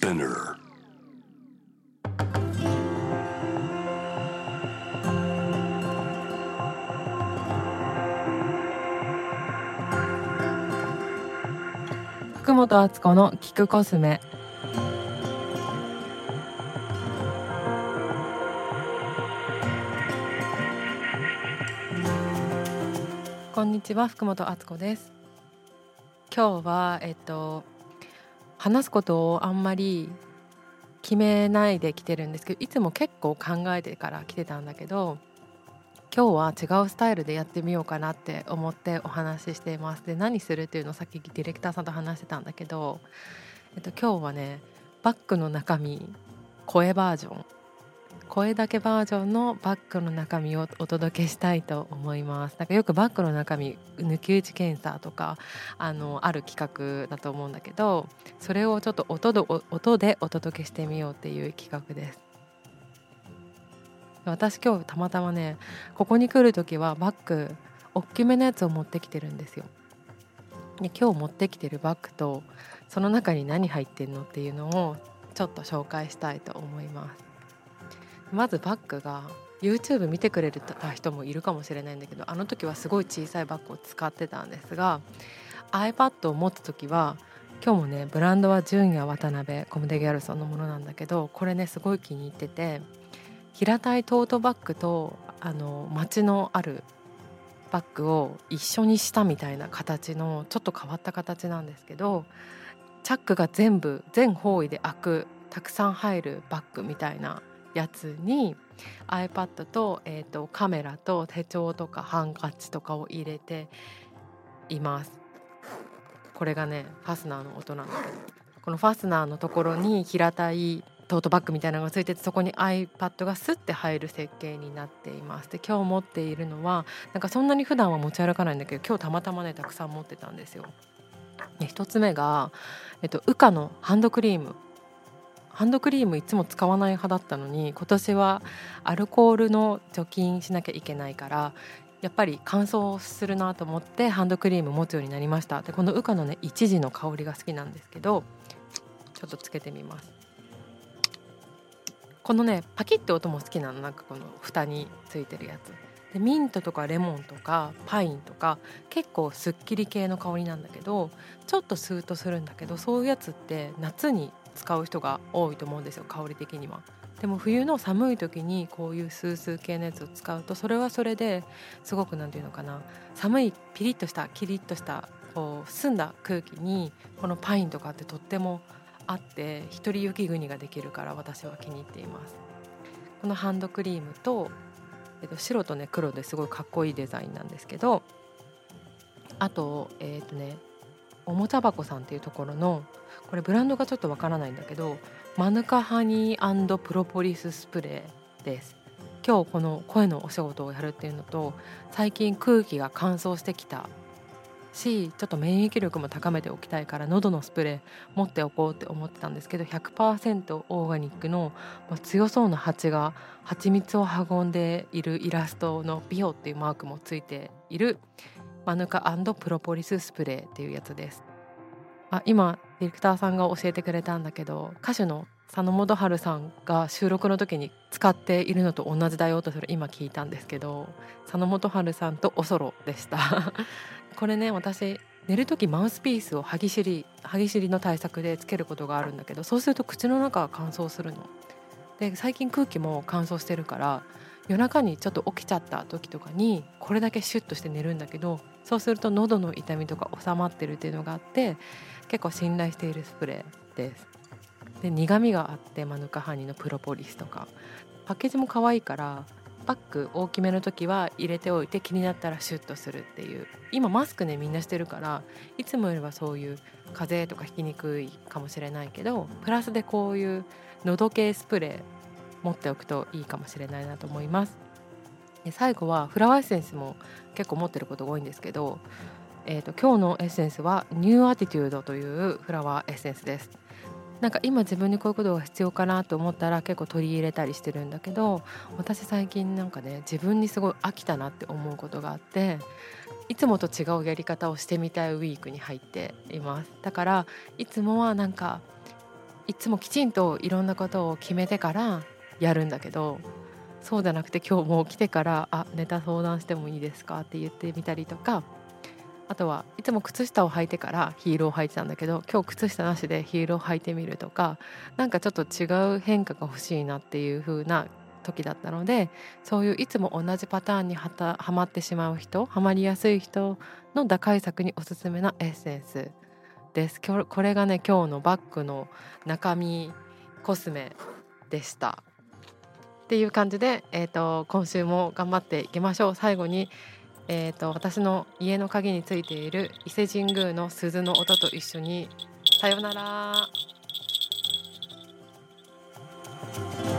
Spinner. 福本敦子の聞くコスメ。こんにちは、福本敦子です。今日は話すことをあんまり決めないで来てるんですけど、いつも結構考えてから来てたんだけど、今日は違うスタイルでやってみようかなって思ってお話ししています。で、何するっていうのをさっきディレクターさんと話してたんだけど、今日はね、バッグの中身声バージョン、声だけバージョンのバッグの中身をお届けしたいと思います。なんかよくバッグの中身抜き打ち検査とかある企画だと思うんだけど、それをちょっと音でお届けしてみようっていう企画です。私今日たまたまね、ここに来る時はバッグ大きめのやつを持ってきてるんですよ。で、今日持ってきてるバッグとその中に何入ってんのっていうのをちょっと紹介したいと思います。まずバッグが YouTube 見てくれた人もいるかもしれないんだけど、あの時はすごい小さいバッグを使ってたんですが、 iPad を持つ時は今日もね、ブランドは純也渡辺コムデギャルソンのものなんだけど、これねすごい気に入ってて、平たいトートバッグとマチのあるバッグを一緒にしたみたいな形のちょっと変わった形なんですけど、チャックが全方位で開く、たくさん入るバッグみたいなやつに iPad と、カメラと手帳とかハンカチとかを入れています。これがねファスナーの音なんだけど、このファスナーのところに平たいトートバッグみたいなのがついてて、そこに iPad がスッて入る設計になっています。で、今日持っているのはなんかそんなに普段は持ち歩かないんだけど、今日たまたまねたくさん持ってたんですよ。で、一つ目が、ウカのハンドクリームいつも使わない派だったのに、今年はアルコールの除菌しなきゃいけないから、やっぱり乾燥するなと思ってハンドクリーム持つようになりました。で、このウカのね一時の香りが好きなんですけど、ちょっとつけてみます。このねパキッて音も好きなの。なんかこの蓋についてるやつで、ミントとかレモンとかパインとか結構すっきり系の香りなんだけど、ちょっとスーッとするんだけど、そういうやつって夏に使う人が多いと思うんですよ、香り的には。でも冬の寒い時にこういうスースー系のやつを使うと、それはそれですごくなんていうのかな、寒いピリッとしたキリッとしたこう澄んだ空気にこのパインとかってとってもあって、一人雪国ができるから私は気に入っています。このハンドクリームと、白とね黒ですごいかっこいいデザインなんですけど、あとおもちゃ箱さんっていうところの、これブランドがちょっとわからないんだけど、マヌカハニー&プロポリススプレーです。今日この声のお仕事をやるっていうのと、最近空気が乾燥してきたし、ちょっと免疫力も高めておきたいから喉のスプレー持っておこうって思ってたんですけど、 100% オーガニックの、強そうな蜂が蜂蜜を運んでいるイラストのビオっていうマークもついているマヌカ&プロポリススプレーっていうやつです。今ディレクターさんが教えてくれたんだけど、歌手の佐野元春さんが収録の時に使っているのと同じだよと、それ今聞いたんですけど、佐野元春さんとおそろでしたこれね、私寝る時マウスピースを歯ぎしりの対策でつけることがあるんだけど、そうすると口の中が乾燥するので、最近空気も乾燥してるから、夜中にちょっと起きちゃった時とかにこれだけシュッとして寝るんだけど、そうすると喉の痛みとか収まってるっていうのがあって、結構信頼しているスプレーです。で、苦味があって、マヌカハニーのプロポリスとか、パッケージも可愛いから、バッグ大きめの時は入れておいて、気になったらシュッとするっていう。今マスクねみんなしてるから、いつもよりはそういう風邪とかひきにくいかもしれないけど、プラスでこういう喉系スプレー持っておくといいかもしれないなと思います。で、最後はフラワーエッセンスも結構持ってることが多いんですけど、今日のエッセンスはニューアティテュードというフラワーエッセンスです。なんか今自分にこういうことが必要かなと思ったら結構取り入れたりしてるんだけど、私最近なんかね自分にすごい飽きたなって思うことがあって、いつもと違うやり方をしてみたいウィークに入っています。だからいつもはなんかいつもきちんといろんなことを決めてからやるんだけど、そうじゃなくて今日もう来てからネタ相談してもいいですかって言ってみたりとか、あとはいつも靴下を履いてからヒールを履いてたんだけど、今日靴下なしでヒールを履いてみるとか、なんかちょっと違う変化が欲しいなっていう風な時だったので、そういういつも同じパターンにはまってしまう人、はまりやすい人の打開策におすすめなエッセンスです。これがね、今日のバッグの中身コスメでしたっていう感じで、今週も頑張っていきましょう。最後に私の家の鍵についている伊勢神宮の鈴の音と一緒にさよなら。